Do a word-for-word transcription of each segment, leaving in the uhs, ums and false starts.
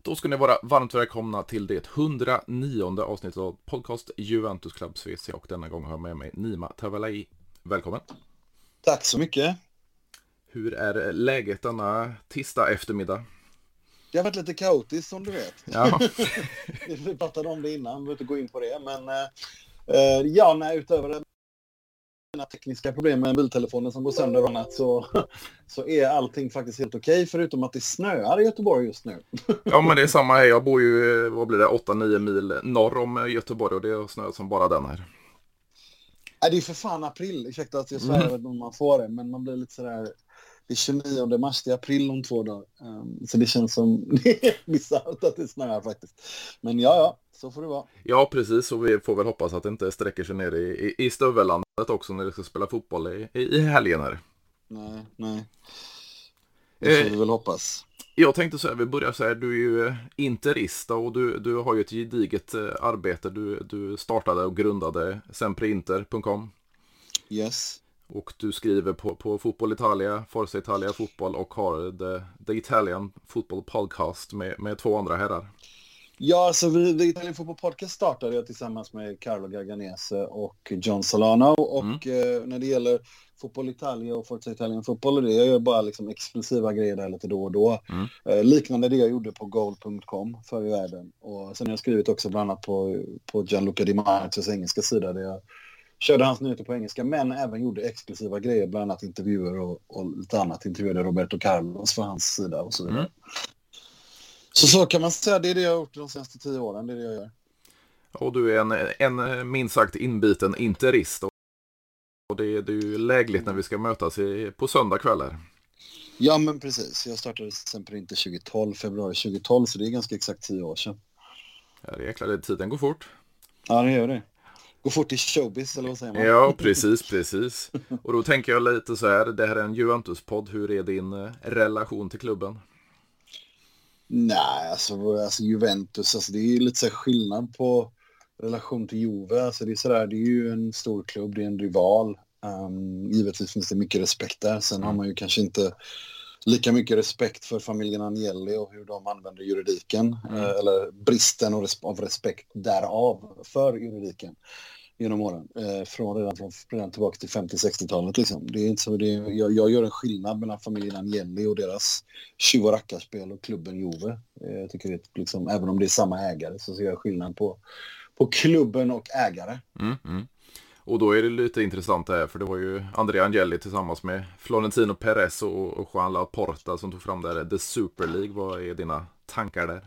Då ska ni vara varmt välkomna till det hundranionde avsnittet av podcast Juventus Club V C, och denna gång har jag med mig Nima Tavalai. Välkommen. Tack så mycket. Hur är läget denna tisdag eftermiddag? Det har varit lite kaotiskt som du vet. Ja. Vi pratade om det innan, vi behöver inte gå in på det. Men eh, ja, nej, utöver det tekniska problem med biltelefonen som går sönder och annat, så, så är allting faktiskt helt okej, förutom att det snöar i Göteborg just nu. Ja, men det är samma här. Jag bor ju, vad blir det, åtta nio mil norr om Göteborg, och det är snö som bara den här. Nej, det är för fan april. Ursäkta att jag svär mm. om man får det, men man blir lite sådär. Det är tjugonionde mars, det är april om två dagar. Um, så det känns som missat att det snöar faktiskt. Men ja, ja, så får det vara. Ja, precis. Och vi får väl hoppas att det inte sträcker sig ner i, i, i stövellandet också när det ska spela fotboll i, i helgen här. Nej, nej. Det får eh, vi väl hoppas. Jag tänkte så här, vi börjar så här, du är ju interista och du, du har ju ett gediget arbete. Du, du startade och grundade Sempreinter punkt com. Yes. Och du skriver på, på Fotboll Italia, Forza Italia Fotboll, och har The, the Italian Football Podcast med, med två andra herrar. Ja, så vi, The Italian Football Podcast startade jag tillsammans med Carlo Garganese och John Solano. Och mm. eh, när det gäller Fotboll Italia och Forza Italian Fotboll, det jag gör bara liksom exklusiva grejer där lite då och då. Mm. Eh, liknande det jag gjorde på goal punkt com förr i världen. Och sen har jag skrivit också bland annat på, på Gianluca Di Marzios engelska sida, där jag körde hans nyheter på engelska, men även gjorde exklusiva grejer, bland annat intervjuer och, och lite annat. Intervjuade Roberto Carlos för hans sida och så vidare. Mm. Så så kan man säga, det är det jag har gjort de senaste tio åren, det är det jag gör. Och du är en, en minst sagt inbiten interist, och det är, det är ju lägligt när vi ska mötas i, på söndag kvällar. Ja, men precis. Jag startade Sempreinter tjugohundratolv, februari tjugohundratolv, så det är ganska exakt tio år sedan. Ja, det är jäkla, tiden går fort. Ja, det gör det. Går fort i showbiz, eller vad säger man? Ja, precis, precis. Och då tänker jag lite så här, det här är en Juventus-podd. Hur är din eh, relation till klubben? Nej, alltså, alltså Juventus, alltså, det är ju lite så här skillnad på relation till Juve. Alltså, det är sådär, det är ju en stor klubb, det är en rival. Um, givetvis finns det mycket respekt där. Sen mm. har man ju kanske inte lika mycket respekt för familjen Agnelli och hur de använder juridiken. Mm. Eh, eller bristen och res- av respekt därav för juridiken genom åren. Eh, från redan, från, redan tillbaka till femtio-sextiotalet. Liksom. Det är inte så, det är, jag, jag gör en skillnad mellan familjen Agnelli och deras tjuv- och rackarspel och klubben Juve. Eh, jag tycker det, liksom, även om det är samma ägare, så ser jag skillnad på, på klubben och ägare. Mm, mm. Och då är det lite intressant här, för det var ju Andrea Agnelli tillsammans med Florentino Perez och, och Juan Laporta som tog fram där The Super League. Vad är dina tankar där?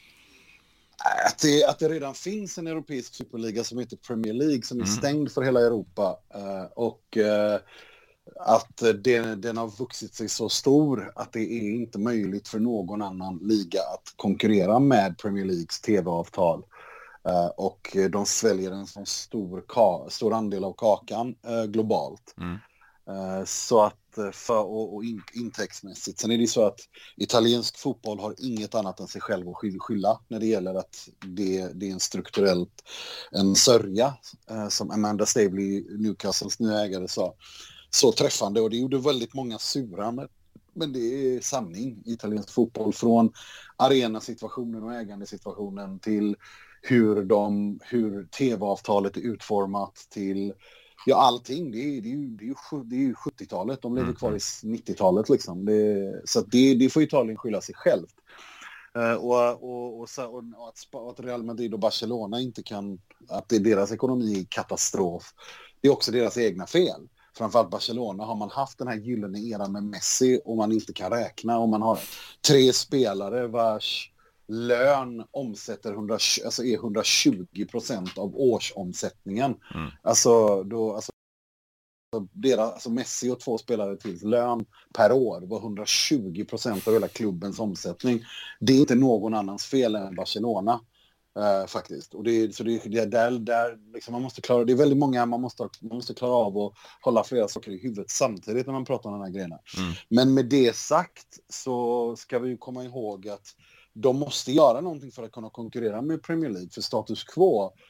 Att det, att det redan finns en europeisk superliga som heter Premier League, som är stängd mm. för hela Europa, uh, och uh, att det, den har vuxit sig så stor att det är inte möjligt för någon annan liga att konkurrera med Premier Leagues tv-avtal. Uh, och de sväljer en sån stor, ka- stor andel av kakan uh, globalt. Mm. Uh, så att för, och, och in, intäktsmässigt. Sen är det så att italiensk fotboll har inget annat än sig själv att skylla när det gäller att det, det är en strukturellt en sörja, uh, som Amanda Staveley, Newcastles nya ägare, sa. Så träffande, och det gjorde väldigt många sura, men, men det är sanning i italiensk fotboll. Från arenasituationen och ägandesituationen till hur, de, hur tv-avtalet är utformat till ja, allting. Det är, det är, ju, det är, ju, det är ju sjuttiotalet. De lever kvar i nittiotalet. Liksom. Det, så att det, det får Italien skylla sig självt. Uh, och, och, och, och, och, att, och att Real Madrid och Barcelona inte kan... Att det är deras ekonomi är katastrof. Det är också deras egna fel. Framförallt Barcelona har man haft den här gyllene eran med Messi och man inte kan räkna. Och man har tre spelare vars lön omsätter hundra, alltså är hundratjugo procent av årsomsättningen. Mm. Alltså, då, alltså, deras, alltså Messi och två spelare till lön per år var hundratjugo procent av hela klubbens omsättning. Det är inte någon annans fel än Barcelona. Uh, faktiskt. Och det är, så det, det är där, där liksom man måste klara, det är väldigt många, man måste, man måste klara av att hålla flera saker i huvudet samtidigt när man pratar om den här grejen. Mm. Men med det sagt så ska vi ju komma ihåg att de måste göra någonting för att kunna konkurrera med Premier League, för status quo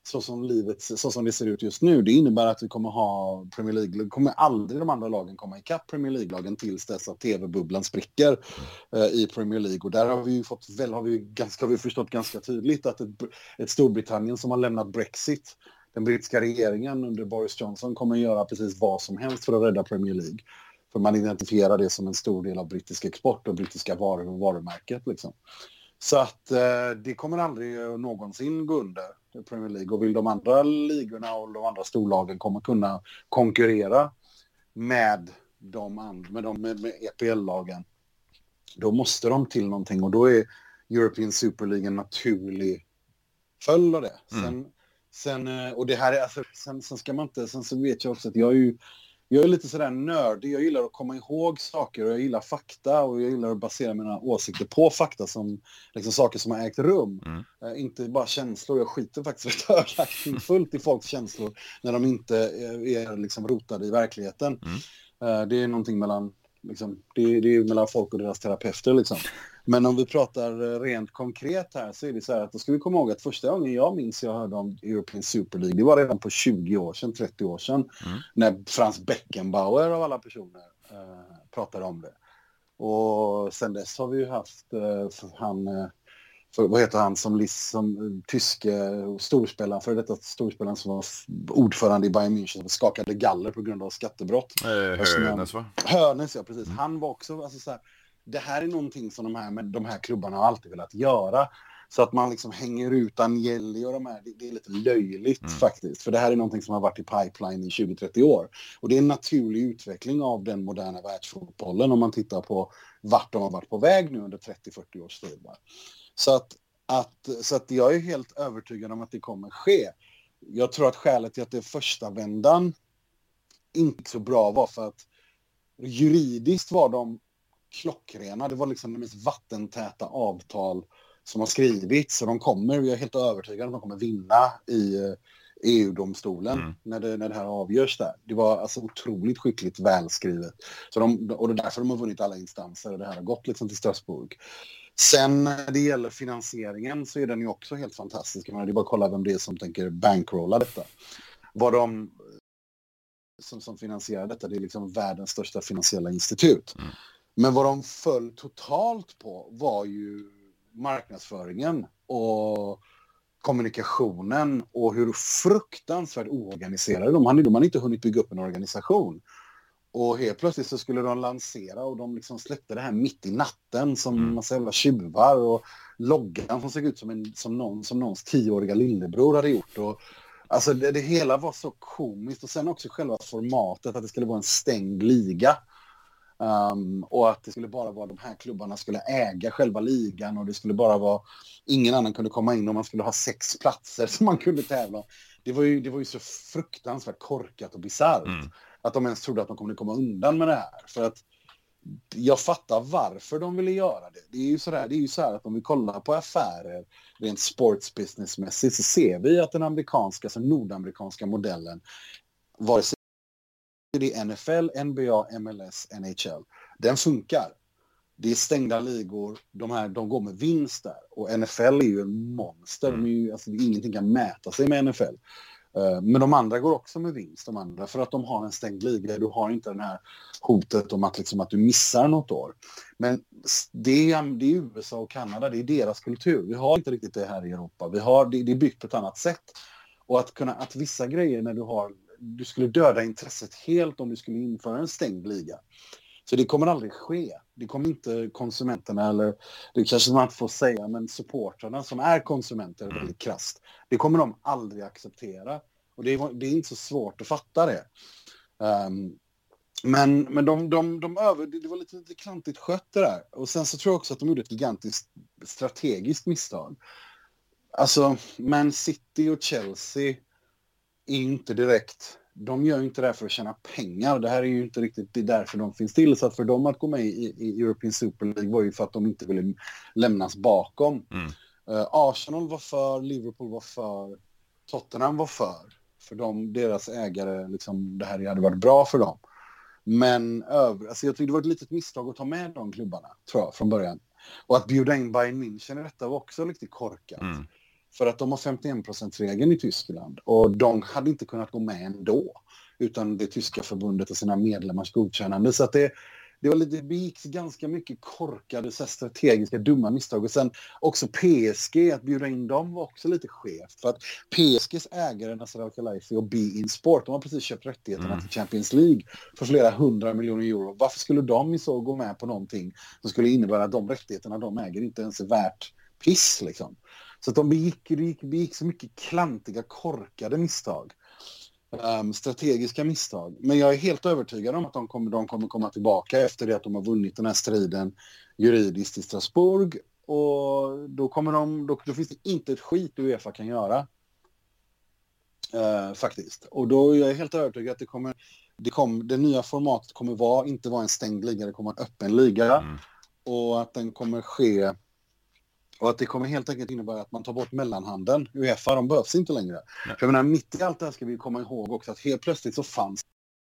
så som livet, så som det ser ut just nu, det innebär att vi kommer ha Premier League, kommer aldrig de andra lagen komma ikapp Premier League-lagen tills dess att tv-bubblan spricker eh, i Premier League. Och där har vi ju fått, väl har vi ganska, har vi förstått ganska tydligt att ett, ett Storbritannien som har lämnat Brexit, den brittiska regeringen under Boris Johnson, kommer att göra precis vad som helst för att rädda Premier League. För man identifierar det som en stor del av brittisk export och brittiska varor och varumärket liksom. Så att eh, det kommer aldrig någonsin gå under Premier League. Och vill de andra ligorna och de andra storlagen kommer kunna konkurrera med de andra, med, de, med, med E P L-lagen, då måste de till någonting. Och då är European Super League en naturlig följd av det. Mm. Sen, sen, och det här är, alltså, sen, sen ska man inte, sen så vet jag också att jag är ju Jag är lite sådär nördig. Jag gillar att komma ihåg saker och jag gillar fakta och jag gillar att basera mina åsikter på fakta som liksom saker som har ägt rum. Mm. Uh, inte bara känslor. Jag skiter faktiskt rätt högaktningsfullt i folks känslor när de inte är, är liksom rotade i verkligheten. Mm. Uh, det är någonting mellan liksom, det, det är mellan folk och deras terapeuter liksom. Men om vi pratar rent konkret här så är det så här att då ska vi komma ihåg att första gången jag minns jag hörde om European Super League, det var redan på tjugo år sedan, trettio år sedan, mm. när Franz Beckenbauer av alla personer eh, pratade om det. Och sen dess har vi ju haft eh, för han, eh, för, vad heter han som, som uh, tyske storspelaren, för detta storspelaren som var ordförande i Bayern München som skakade galler på grund av skattebrott. Eh, Hörnes va? Hörnes, ja precis. Mm. Han var också, alltså så här, det här är någonting som de här, med de här klubbarna har alltid velat göra. Så att man liksom hänger ut Agnelli och de här, det, det är lite löjligt mm. faktiskt. För det här är någonting som har varit i pipeline i tjugo till trettio år. Och det är en naturlig utveckling av den moderna världsfotbollen om man tittar på vart de har varit på väg nu under trettio till fyrtio års tid. Så att, att, så att jag är helt övertygad om att det kommer ske. Jag tror att skälet till att det första vändan inte så bra var för att juridiskt var de klockrena. Det var liksom de mest vattentäta avtal som har skrivits. Så de kommer, jag är helt övertygad om att de kommer vinna i E U-domstolen mm. när, det, när det här avgörs där. Det var alltså otroligt skickligt välskrivet. Så de, och det är därför de har vunnit alla instanser och det här har gått liksom till Strasbourg. Sen när det gäller finansieringen så är den ju också helt fantastisk. Det är bara att kolla vem det är som tänker bankrolla detta. Vad de som, som finansierar detta, det är liksom världens största finansiella institut. Mm. Men vad de föll totalt på var ju marknadsföringen och kommunikationen och hur fruktansvärt oorganiserade de hade. De hade inte hunnit bygga upp en organisation. Och helt plötsligt så skulle de lansera och de liksom släppte det här mitt i natten som mm. massa jävla tjuvar och loggan som såg ut som, en, som, någon, som någons tioåriga lillebror hade gjort. Och, alltså det, det hela var så komiskt och sen också själva formatet att det skulle vara en stängd liga. Um, och att det skulle bara vara de här klubbarna skulle äga själva ligan och det skulle bara vara ingen annan kunde komma in och man skulle ha sex platser som man kunde tävla. Det var ju, det var ju så fruktansvärt korkat och bisarrt mm. att de ens trodde att de kunde komma undan med det här. För att jag fattar varför de ville göra det. Det är ju så där, det är ju så här att om vi kollar på affärer rent sportsbusinessmässigt så ser vi att den amerikanska, alltså nordamerikanska modellen vare sig det är N F L, N B A, M L S, N H L. Den funkar. Det är stängda ligor. De, här, de går med vinst där. Och N F L är ju en monster. De är ju, alltså, ingenting kan mäta sig med N F L. Uh, men de andra går också med vinst. De andra, för att de har en stängd liga. Du har inte den här hotet om att, liksom, att du missar något år. Men det är, det är U S A och Kanada. Det är deras kultur. Vi har inte riktigt det här i Europa. Vi har, det, det är byggt på ett annat sätt. Och att, kunna, att vissa grejer när du har du skulle döda intresset helt om du skulle införa en stängd liga. Så det kommer aldrig ske. Det kommer inte konsumenterna eller det kanske man inte får säga men supportrarna som är konsumenter är väldigt krasst. Det kommer de aldrig acceptera. Och det är, det är inte så svårt att fatta det. Um, men men de, de, de över, det var lite, lite klantigt skött det där. Och sen så tror jag också att de gjorde ett gigantiskt strategiskt misstag. Alltså Man City och Chelsea är inte direkt, de gör inte det här för att tjäna pengar. Det här är ju inte riktigt det är därför de finns till. Så att för dem att gå med i, i European Super League var ju för att de inte ville lämnas bakom. Mm. Uh, Arsenal var för, Liverpool var för, Tottenham var för. För dem, deras ägare, liksom, det här hade varit bra för dem. Men över, alltså jag tyckte det var ett litet misstag att ta med de klubbarna, tror jag, från början. Och att bjuda in Bayern München i detta var också lite korkat. Mm. För att de har femtioen procent-regeln i Tyskland. Och de hade inte kunnat gå med ändå. Utan det tyska förbundet och sina medlemmars godkännande. Så att det, det var lite, det gick ganska mycket korkade, så strategiska, dumma misstag. Och sen också P S G, att bjuda in dem var också lite skevt. För att P S Gs ägare, Nasser Al-Khelaifi och Be-In Sport, de har precis köpt rättigheterna mm. till Champions League för flera hundra miljoner euro. Varför skulle de i så gå med på någonting som skulle innebära att de rättigheterna de äger inte ens är värt piss liksom? Så att de begick, begick, begick så mycket klantiga, korkade misstag. Um, strategiska misstag. Men jag är helt övertygad om att de kommer, de kommer komma tillbaka efter det att de har vunnit den här striden juridiskt i Strasbourg. Och då kommer de, då, då finns det inte ett skit UEFA kan göra. Uh, faktiskt. Och då är jag helt övertygad att det kommer, det, kom, det nya formatet kommer vara, inte vara en stängd liga, det kommer vara en öppen liga. Mm. Och att den kommer ske och att det kommer helt enkelt innebära att man tar bort mellanhanden. UEFA, de behövs inte längre. Nej. För jag menar, mitt i allt det här ska vi komma ihåg också att helt plötsligt så fanns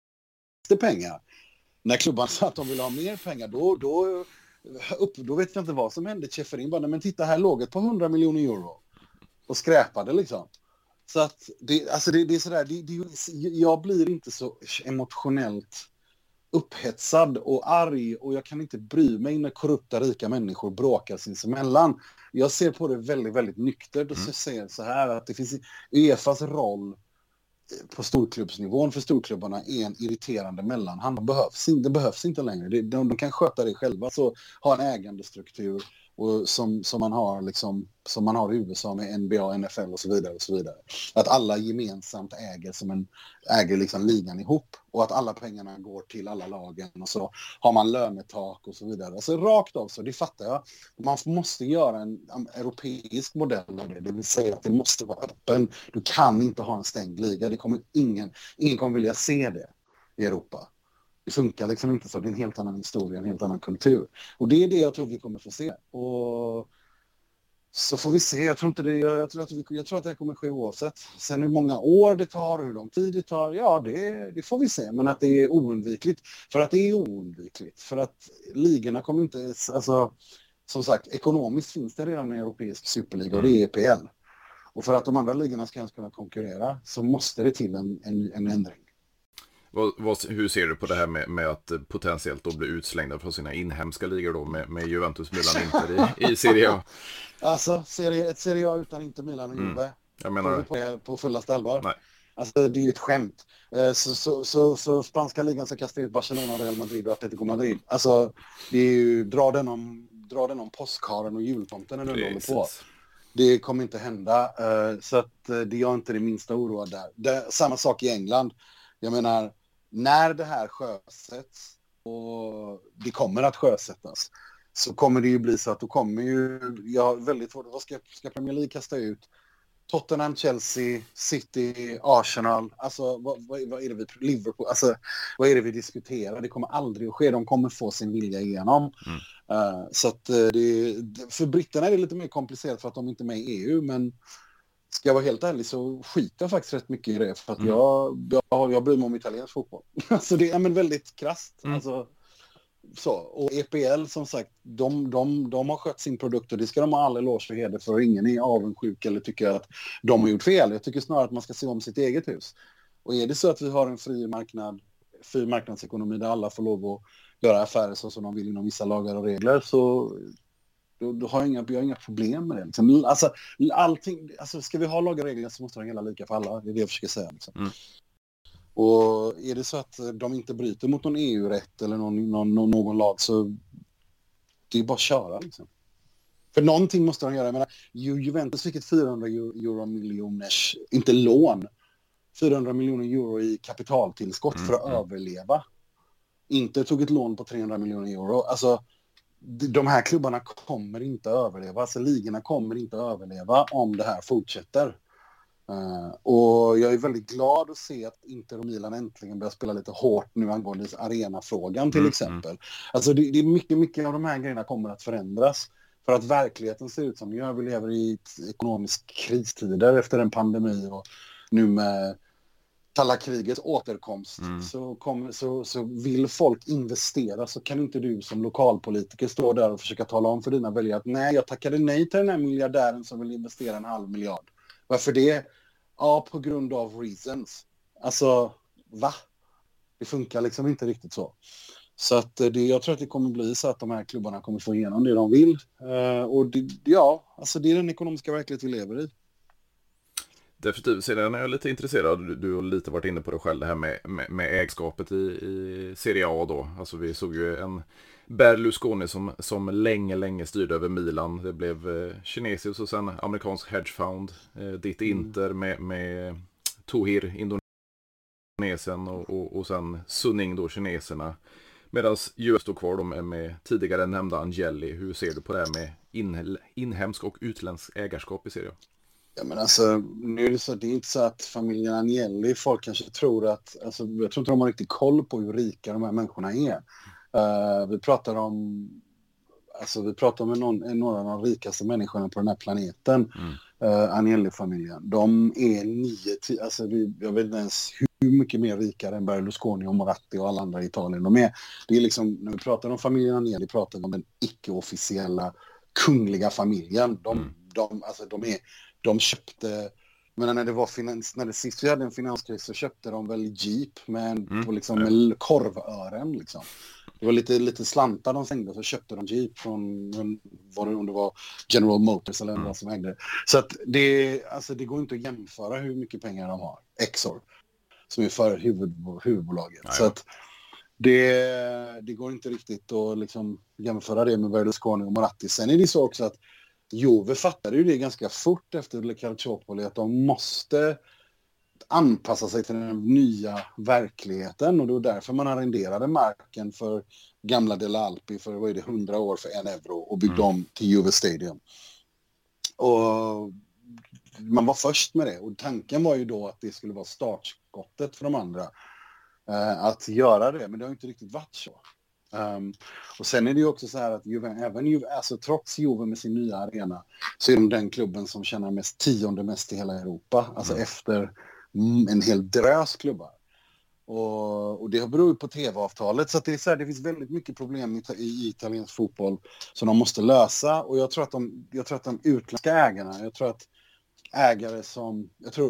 det pengar. När klubban sa att de ville ha mer pengar, då, då, upp, då vet jag inte vad som hände. Schäferin bara, men titta här låg ett på hundra miljoner euro. Och skräpade liksom. Så att det, alltså det, det är sådär, det, det, jag blir inte så emotionellt upphetsad och arg och jag kan inte bry mig när korrupta rika människor bråkar sinsemellan. Jag ser på det väldigt, väldigt nyktert och mm. ser så här att det finns UEFAs roll på storklubbsnivån för storklubbarna är en irriterande mellanhand. Det behövs, det behövs inte längre. De, de kan sköta det själva, så ha en ägandestruktur och som, som, man har liksom, som man har i U S A med N B A, N F L och så vidare. Och så vidare. Att alla gemensamt äger, som en, äger liksom ligan ihop och att alla pengarna går till alla lagen och så har man lönetak och så vidare. Alltså rakt av så, det fattar jag. Man måste göra en, en europeisk modell av det, det vill säga att det måste vara öppen. Du kan inte ha en stängd liga, det kommer ingen, ingen kommer vilja se det i Europa. Det funkar liksom inte så. Det är en helt annan historia, en helt annan kultur. Och det är det jag tror vi kommer få se. Och så får vi se. Jag tror inte det, jag tror att, vi, jag tror att det kommer ske oavsett. Sen hur många år det tar, hur lång tid det tar, ja det, det får vi se. Men att det är oundvikligt. För att det är oundvikligt. För att ligorna kommer inte, alltså som sagt, ekonomiskt finns det redan en europeisk superliga och det är E P L. Och för att de andra ligorna ska kunna konkurrera så måste det till en, en, en ändring. Vad, vad, hur ser du på det här med, med att potentiellt då bli utslängda från sina inhemska ligor då med, med Juventus, Milan, Inter i, i Serie A? Alltså, serie, ett Serie A utan Inter, Milan och Juve. Mm. Jag menar på, på fullaste allvar. Nej. Alltså, det är ju ett skämt. Så, så, så, så spanska ligan ska kasta ut Barcelona, Real Madrid och Atletico Madrid. Alltså, det är ju, dra den om, dra den om påskharen och jultomten när den håller på. Det kommer inte hända. Så att det är jag inte det minsta oroad där. Det, samma sak i England. Jag menar, när det här sjösätts, och det kommer att sjösättas, så kommer det ju bli så att då kommer ju, jag väldigt svårt, vad ska, ska Premier League kasta ut? Tottenham, Chelsea, City, Arsenal, alltså vad, vad, vad är det vi, Liverpool, alltså vad är det vi diskuterar? Det kommer aldrig att ske, de kommer få sin vilja igenom. Mm. Uh, så att uh, det, för britterna är det lite mer komplicerat för att de inte är med i E U, men ska jag vara helt ärlig så skiter jag faktiskt rätt mycket i det. För att mm. jag, jag, jag bryr mig om italiensk fotboll. Så det är men väldigt krasst. Mm. Alltså, så. Och E P L som sagt, de, de, de har skött sin produkt och det ska de ha all eloge för heder, för ingen är avundsjuk eller tycker att de har gjort fel. Jag tycker snarare att man ska se om sitt eget hus. Och är det så att vi har en fri marknad, fri marknadsekonomi där alla får lov att göra affärer så som de vill inom vissa lagar och regler, så Då, då har jag inga, jag har inga problem med det. Liksom. Alltså, allting, alltså, ska vi ha lagar och regler så måste de gälla lika för alla. Det är det jag försöker säga. Liksom. Mm. Och är det så att de inte bryter mot någon E U-rätt eller någon, någon, någon, någon lag, så det är bara att köra. Liksom. För någonting måste de göra. Jag menar, Juventus fick ett fyrahundra euro miljoners, inte lån, fyrahundra miljoner euro i kapitaltillskott mm. för att mm. överleva. Inte tog ett lån på trehundra miljoner euro. Alltså, de här klubbarna kommer inte att överleva. Alltså ligorna kommer inte att överleva om det här fortsätter. Uh, och jag är väldigt glad att se att Inter och Milan äntligen börjar spela lite hårt nu angående arenafrågan till mm, exempel. Mm. Alltså det, det är mycket, mycket av de här grejerna kommer att förändras. För att verkligheten ser ut som nu. Vi lever i ekonomisk kristider efter en pandemi och nu med kalla krigets återkomst mm. så, kom, så, så vill folk investera, så kan inte du som lokalpolitiker stå där och försöka tala om för dina väljare att nej, jag tackade nej till den här miljardären som vill investera en halv miljard. Varför det? Ja, på grund av reasons. Alltså, va? Det funkar liksom inte riktigt så. Så att det, jag tror att det kommer bli så att de här klubbarna kommer få igenom det de vill. Uh, och det, ja, alltså det är den ekonomiska verklighet vi lever i. Definitivt, sedan är jag lite intresserad, du, du har lite varit inne på det själv, det här med, med, med ägskapet i, i Serie A då. Alltså vi såg ju en Berlusconi som, som länge, länge styrde över Milan. Det blev eh, kinesisk och sen amerikansk hedgefund, eh, ditt Inter med, med Tohir, Indonesien och, och, och sen Suning då, kineserna. Medan U S står kvar då med, med tidigare nämnda Agnelli. Hur ser du på det här med in, inhemsk och utländsk ägarskap i Serie A? Ja, men alltså, nu är det så, det är inte så att familjen Agnelli, folk kanske tror att, alltså, jag tror inte de har riktigt koll på hur rika de här människorna är. Uh, vi pratar om, alltså vi pratar om någon, några av de rikaste människorna på den här planeten, mm. uh, Agnelli-familjen. De är nio, tio, alltså vi, jag vet inte ens hur mycket mer rikare än Berlusconi och Moratti och alla andra i Italien de är. Det är liksom, när vi pratar om familjen Agnelli pratar vi om den icke-officiella kungliga familjen. De, mm. de, alltså, de är De köpte, men när det var finans, när det sist vi hade en finanskris så köpte de väl Jeep med, mm. på liksom, med korvören liksom. Det var lite, lite slantar de slängde, så köpte de Jeep från, vad det, om det var General Motors eller mm. vad som ägde. Så att det, alltså det går inte att jämföra hur mycket pengar de har. Exor, som är för huvud, huvudbolaget. Nej, så att det, det går inte riktigt att liksom jämföra det med Berlusconi och Moratti. Sen är det så också att Juve fattade ju det ganska fort efter Le Calciopoli att de måste anpassa sig till den nya verkligheten, och det var därför man arrenderade marken för gamla Del Alpi för vad är det, hundra år för en euro och byggde mm. om till Juve Stadium. Och man var först med det, och tanken var ju då att det skulle vara startskottet för de andra eh, att göra det, men det har inte riktigt varit så. Um, och sen är det ju också så här att Juve, även Juve, alltså trots Juve med sin nya arena, så är de den klubben som tjänar mest, tionde mest i hela Europa, alltså mm. efter mm, en hel drös klubbar. Och, och det beror ju på tv-avtalet, så att det är så här, det finns väldigt mycket problem i, i italiensk fotboll som de måste lösa, och jag tror att de, jag tror att de utländska ägarna, jag tror att ägare som, jag tror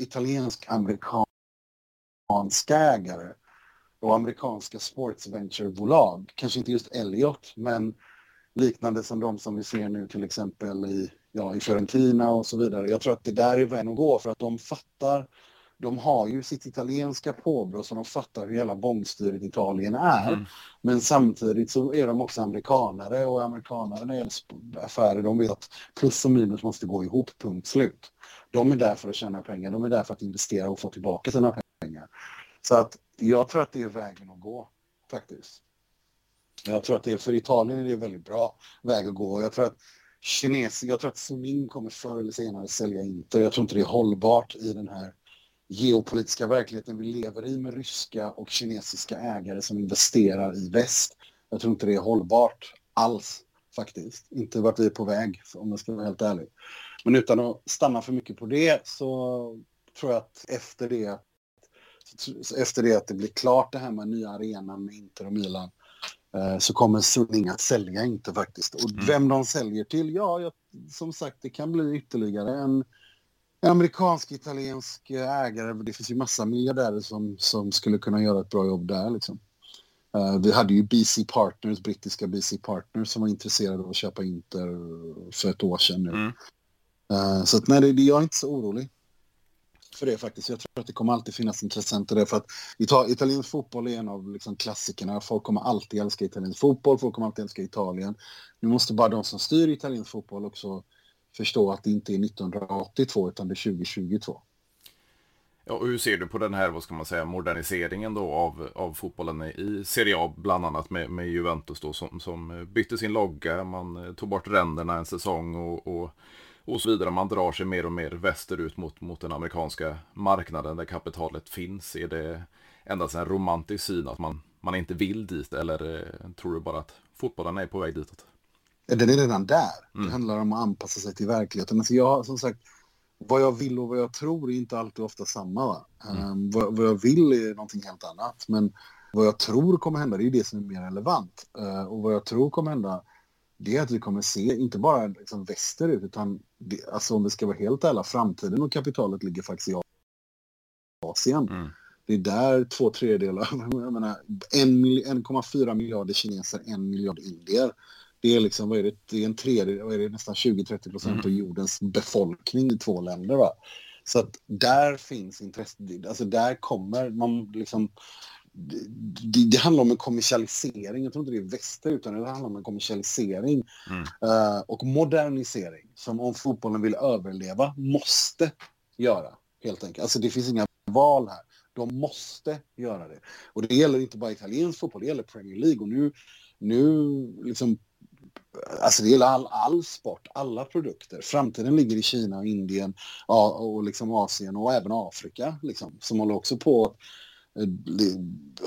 italiensk-amerikanska ägare och amerikanska sportsventurebolag, kanske inte just Elliot, men liknande som de som vi ser nu till exempel i, ja, i Fiorentina och så vidare. Jag tror att det där är vägen att gå, för att de fattar, de har ju sitt italienska påbrå, så de fattar hur hela bångstyret i Italien är. Mm. Men samtidigt så är de också amerikanare, och amerikanare när det gäller affärer, de vet att plus och minus måste gå ihop, punkt slut. De är där för att tjäna pengar, de är där för att investera och få tillbaka sina pengar. Så att jag tror att det är vägen att gå, faktiskt. Jag tror att det är, för Italien är det en väldigt bra väg att gå. Jag tror att kines, jag tror att Suning kommer förr eller senare sälja Inter. Jag tror inte det är hållbart i den här geopolitiska verkligheten vi lever i, med ryska och kinesiska ägare som investerar i väst. Jag tror inte det är hållbart alls, faktiskt. Inte vart vi är på väg, om jag ska vara helt ärlig. Men utan att stanna för mycket på det, så tror jag att efter det efter det att det blir klart det här med nya arenan med Inter och Milan, så kommer Suning att sälja Inter faktiskt. Och mm. vem de säljer till, ja, jag, som sagt, det kan bli ytterligare en, en amerikansk-italiensk ägare. Det finns ju massa miljardärer som, som skulle kunna göra ett bra jobb där liksom. Uh, vi hade ju B C Partners, brittiska B C Partners, som var intresserade av att köpa Inter för ett år sedan nu. Mm. Uh, så att, nej, det, jag är inte så orolig för det faktiskt. Jag tror att det kommer alltid finnas intressenter där, för att Ital- italiensk fotboll är en av liksom klassikerna. Folk kommer alltid älska italiensk fotboll, folk kommer alltid älska Italien. Nu måste bara de som styr italiensk fotboll också förstå att det inte är nittonhundraåttiotvå utan det är tjugo tjugotvå. Ja, och hur ser du på den här, vad ska man säga, moderniseringen då av, av fotbollen i Serie A, bland annat med, med Juventus då, som, som bytte sin logga, man tog bort ränderna en säsong och, och och så vidare. Man drar sig mer och mer västerut mot, mot den amerikanska marknaden där kapitalet finns. Är det endast en romantisk syn att man, man inte vill dit, eller eh, tror du bara att fotbollen är på väg ditåt? Den är redan där. Mm. Det handlar om att anpassa sig till verkligheten. Alltså jag, som sagt, vad jag vill och vad jag tror är inte alltid ofta samma. Va? Mm. Um, vad, vad jag vill är någonting helt annat. Men vad jag tror kommer hända, det är det som är mer relevant. Uh, och vad jag tror kommer hända, det är att vi kommer se, inte bara liksom västerut, utan det, alltså om vi ska vara helt ärliga, framtiden och kapitalet ligger faktiskt i Asien. Mm. Det är där två tredjedelar, jag menar, en komma fyra miljarder kineser, en miljard indier. Det är liksom, vad är det, det är en tredje, vad är det, nästan tjugo till trettio procent mm. av jordens befolkning i två länder, va? Så att där finns intresse, alltså där kommer man liksom, det, det handlar om en kommersialisering, jag tror inte det är väster utan det handlar om en kommersialisering mm. uh, och modernisering som om fotbollen vill överleva måste göra, helt enkelt. Alltså det finns inga val här, de måste göra det. Och det gäller inte bara italiensk fotboll, det gäller Premier League och nu, nu liksom, alltså det gäller all, all sport, alla produkter. Framtiden ligger i Kina och Indien ja, och liksom Asien och även Afrika liksom, som håller också på det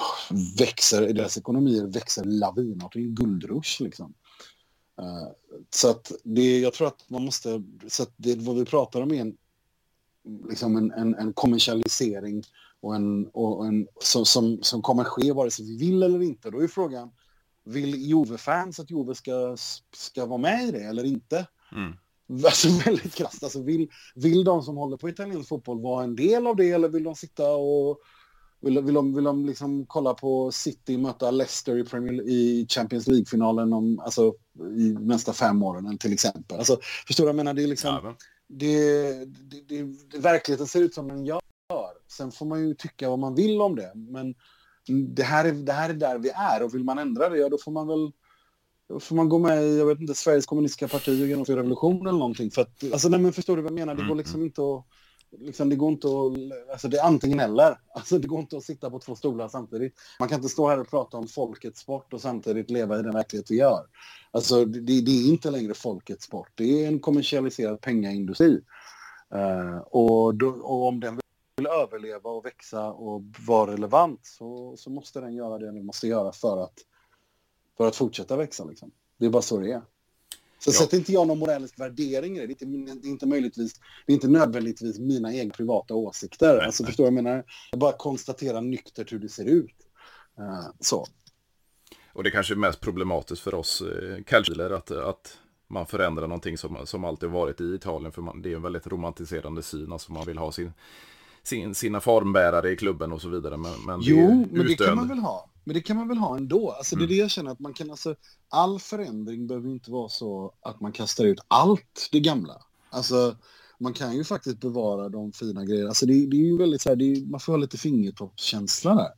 växer, deras ekonomier växer lavinart i en guldrush liksom. Uh, så att det, jag tror att man måste, så att det vad vi pratar om är en liksom en, en, en kommersialisering och en, och en som, som, som kommer ske vare sig vi vill eller inte. Då är frågan, vill Juve-fans att Juve ska, ska vara med i det eller inte? Mm. Alltså väldigt krasst. Alltså vill, vill de som håller på italiensk fotboll vara en del av det eller vill de sitta och vill, vill de, vill de liksom kolla på City möta Leicester i, Premier, i Champions League-finalen om, alltså, i nästa fem åren till exempel? Alltså, förstår du vad jag menar? Det är liksom, ja, det, det, det, det, verkligheten ser ut som den gör. Sen får man ju tycka vad man vill om det, men det här är, det här är där vi är och vill man ändra det, ja, då får man väl då får man gå med i, jag vet inte, Sveriges kommunistiska parti och genomföra revolution eller någonting. För att, alltså, nej, men förstår du vad jag menar? Det går liksom inte att, liksom, det går inte att, alltså det är antingen eller. Alltså det går inte att sitta på två stolar samtidigt. Man kan inte stå här och prata om folkets sport och samtidigt leva i den verklighet vi gör. Alltså det, det är inte längre folkets sport. Det är en kommersialiserad pengaindustri. Uh, och, då, och om den vill överleva och växa och vara relevant så, så måste den göra det den måste göra för att för att fortsätta växa liksom. Det är bara så det är. Så ja. Sätter inte jag någon moralisk värdering i det. Det är inte, det är inte möjligtvis, det är inte nödvändigtvis mina egna privata åsikter. Nej, alltså nej. Förstår jag menar? Jag bara konstaterar nyktert hur det ser ut. Uh, så. Och det kanske är mest problematiskt för oss eh, kalkyler att, att man förändrar någonting som, som alltid varit i Italien. För man, det är en väldigt romantiserande syn. Alltså man vill ha sin, sin, sina formbärare i klubben och så vidare. Men, men jo, det men det kan man väl ha. Men det kan man väl ha ändå. Alltså det är det jag känner att man kan, alltså all förändring behöver inte vara så att man kastar ut allt det gamla. Alltså man kan ju faktiskt bevara de fina grejerna. Alltså det, det är ju väldigt så här, det är, man får ha lite fingertoppskänsla där.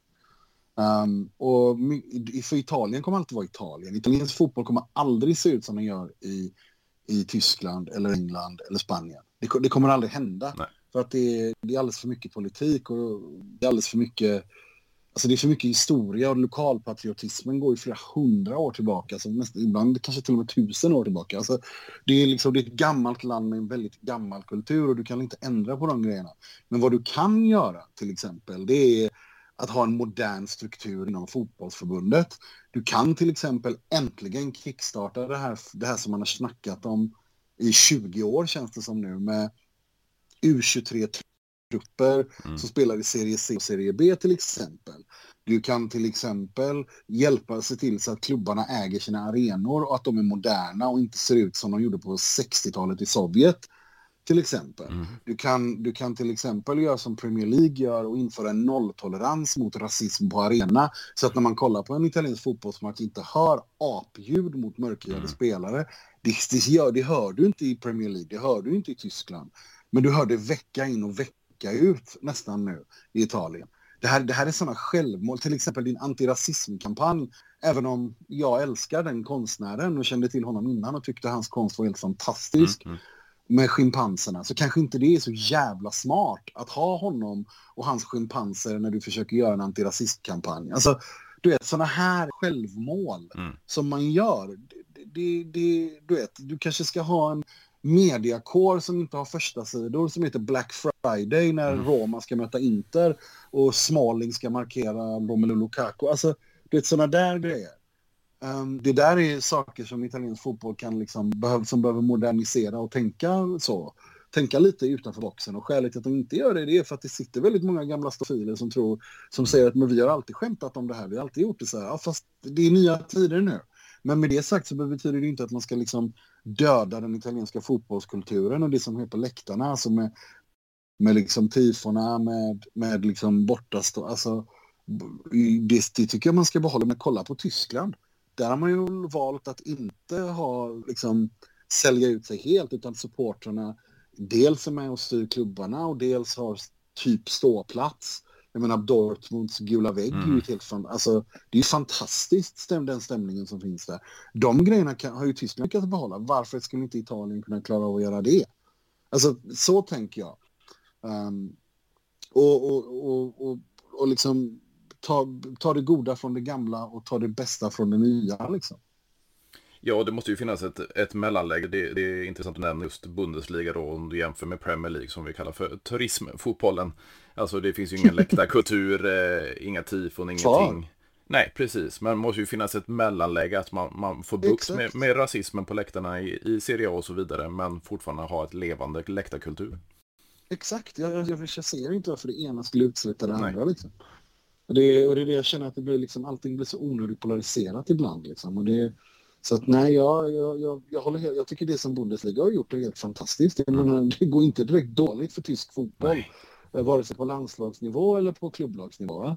Um, och för Italien kommer alltid vara Italien. Italiensk fotboll kommer aldrig se ut som den gör i, i Tyskland eller England eller Spanien. Det, det kommer aldrig hända. Nej. För att det är, det är alldeles för mycket politik och det är alldeles för mycket. Alltså det är för mycket historia och lokalpatriotismen går ju flera hundra år tillbaka. Alltså nästan, ibland kanske till och med tusen år tillbaka. Alltså det, är liksom, det är ett gammalt land med en väldigt gammal kultur och du kan inte ändra på de grejerna. Men vad du kan göra till exempel det är att ha en modern struktur inom fotbollsförbundet. Du kan till exempel äntligen kickstarta det här, det här som man har snackat om i tjugo år känns det som nu med U tjugotre-trupper mm. som spelar i Serie C och Serie B till exempel. Du kan till exempel hjälpa sig till så att klubbarna äger sina arenor och att de är moderna och inte ser ut som de gjorde på sextiotalet i Sovjet till exempel. Mm. Du kan, du kan till exempel göra som Premier League gör och införa en nolltolerans mot rasism på arena så att när man kollar på en italiensk fotbollsmatch inte hör apljud mot mörkhyade mm. spelare. Det, det, gör, det hör du inte i Premier League, det hör du inte i Tyskland. Men du hör det vecka in och vecka ut nästan nu i Italien. Det här, det här är sådana självmål, till exempel din antirasismkampanj. Även om jag älskar den konstnären och kände till honom innan och tyckte hans konst var helt fantastisk. Mm, mm. Med schimpanserna så kanske inte det är så jävla smart att ha honom och hans schimpanser när du försöker göra en antirasistkampanj. Alltså, du vet, sådana här självmål mm. som man gör. Det, det, det, du vet, du kanske ska ha en mediakår som inte har första sidor som heter Black Friday när mm. Roma ska möta Inter och Smalling ska markera Romelu Lukaku. Alltså, du vet, sådana där grejer. Um, det där är saker som italiensk fotboll kan liksom behöv, som behöver modernisera och tänka så. tänka lite utanför boxen. Och skälet till att de inte gör det, det är för att det sitter väldigt många gamla stofiler som tror, som säger att men vi har alltid skämtat om det här, vi har alltid gjort det så här. Ja, fast det är nya tider nu. Men med det sagt så betyder det inte att man ska liksom döda den italienska fotbollskulturen och det som är på läktarna, alltså med, med liksom tifona, med, med liksom bortastå, alltså det, det tycker jag man ska behålla. Men kolla på Tyskland. Där har man ju valt att inte ha liksom sälja ut sig helt, utan supportrarna dels är med och styr klubbarna och dels har typ ståplats. Jag menar Dortmunds gula vägg mm. är ju helt fan, alltså det är ju fantastiskt stäm, den stämningen som finns där. De grejerna kan, har ju Tyskland kunnat behålla. Varför skulle inte Italien kunna klara av att göra det? Alltså så tänker jag. Um, och, och, och, och, och liksom ta, ta det goda från det gamla och ta det bästa från det nya liksom. Ja, det måste ju finnas ett, ett mellanläge. Det, det är intressant att nämna just Bundesliga då, om du jämför med Premier League som vi kallar för turismfotbollen. Alltså det finns ju ingen läktarkultur, eh, inga tifon, ingenting. Fan. Nej, precis. Men det måste ju finnas ett mellanläge att man, man får bukt med, med rasismen på läktarna i, i Serie A och så vidare, men fortfarande ha ett levande läktarkultur. Exakt, jag, jag, jag ser inte varför det ena skulle utsätta det andra liksom. Och det, och det är det jag känner att det blir liksom, allting blir så onödigt polariserat ibland liksom. Och det, så att nej, jag, jag, jag, jag håller helt, jag tycker det som Bundesliga har gjort är helt fantastiskt. Jag menar, det går inte direkt dåligt för tysk fotboll. Nej. Vare sig på landslagsnivå eller på klubblagsnivå.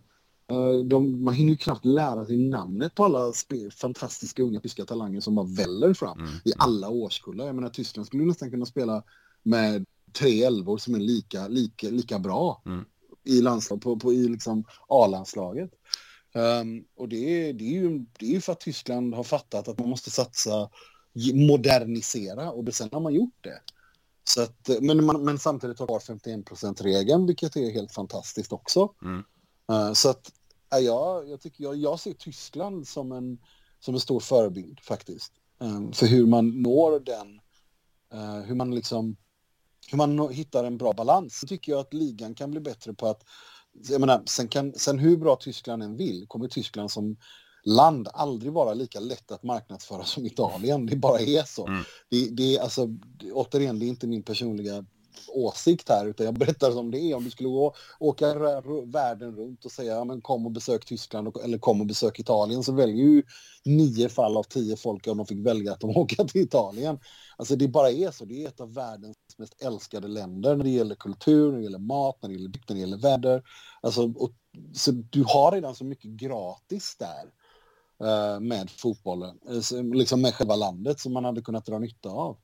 De, man hinner ju knappt lära sig namnet på alla spe, fantastiska unga tyska talanger som bara väller fram mm. i alla årskullar. Jag menar, Tyskland skulle nästan kunna spela med tre elvor som är lika, lika, lika bra mm. i landslag, på, på i liksom A-landslaget. Um, och det är, det, är ju, det är ju för att Tyskland har fattat att man måste satsa, modernisera, och sen har man gjort det. Så att, men, man, men samtidigt har femtioen procent-regeln, vilket är helt fantastiskt också. Mm. Uh, så att ja, jag, jag, tycker, jag, jag ser Tyskland som en, som en stor förebild faktiskt. Um, för hur man når den, uh, hur man liksom hur man nå, hittar en bra balans. Så tycker jag att ligan kan bli bättre på att, jag menar, sen, kan, sen hur bra Tyskland än vill, kommer Tyskland som land aldrig vara lika lätt att marknadsföra som Italien. Det bara är så. Mm. Det, det är alltså, det, återigen, det är inte min personliga åsikt här, utan jag berättar som det är. Om du skulle gå, åka r- världen runt och säga, ja, men kom och besök Tyskland och, eller kom och besök Italien, så väljer ju nio fall av tio folk om de fick välja att de åker till Italien. Alltså det bara är så. Det är ett av världens mest älskade länder när det gäller kultur, när det gäller mat, när det gäller bygd, när det gäller väder. Alltså, och, så du har redan så mycket gratis där uh, med fotbollen, uh, liksom med själva landet, som man hade kunnat dra nytta av.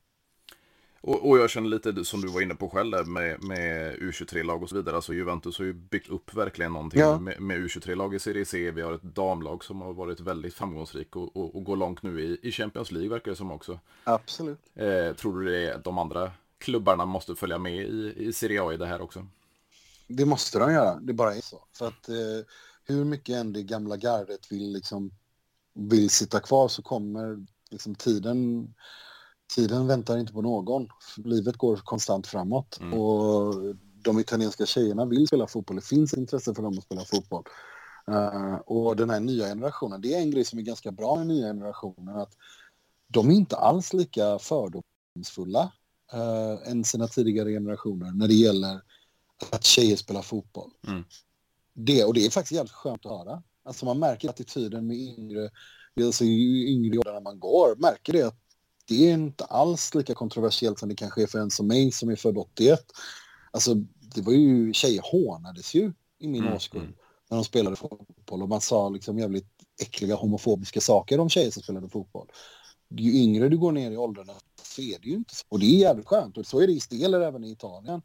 Och, och jag känner lite som du var inne på själv där, med, med U tjugotre-lag och så vidare. Alltså Juventus har ju byggt upp verkligen någonting ja. med, med U tjugotre-lag i Serie C. Vi har ett damlag som har varit väldigt framgångsrik och, och, och går långt nu i, i Champions League, verkar det som också. Absolut. Eh, tror du det är de andra klubbarna måste följa med i, i Serie A i det här också? Det måste de göra, det bara är så. För att eh, hur mycket än det gamla gardet vill, liksom, vill sitta kvar, så kommer liksom tiden... Tiden väntar inte på någon. Livet går konstant framåt. Mm. Och de italienska tjejerna vill spela fotboll. Det finns intresse för dem att spela fotboll. Uh, och den här nya generationen, det är en grej som är ganska bra med den nya generationen. Att de är inte alls lika fördomsfulla uh, än sina tidigare generationer när det gäller att tjejer spelar fotboll. Mm. Det, och det är faktiskt jävligt skönt att höra. Alltså man märker attityden med yngre, alltså yngre år när man går, märker det att det är inte alls lika kontroversiellt som det kanske är för en som mig som är född åttioett. Alltså, det var ju, tjejer hånades ju i min mm. årskull när de spelade fotboll. Och man sa liksom jävligt äckliga homofobiska saker om tjejer som spelade fotboll. Ju yngre du går ner i åldrarna så är det ju inte så. Och det är jävligt skönt. Och så är det i Steler även i Italien.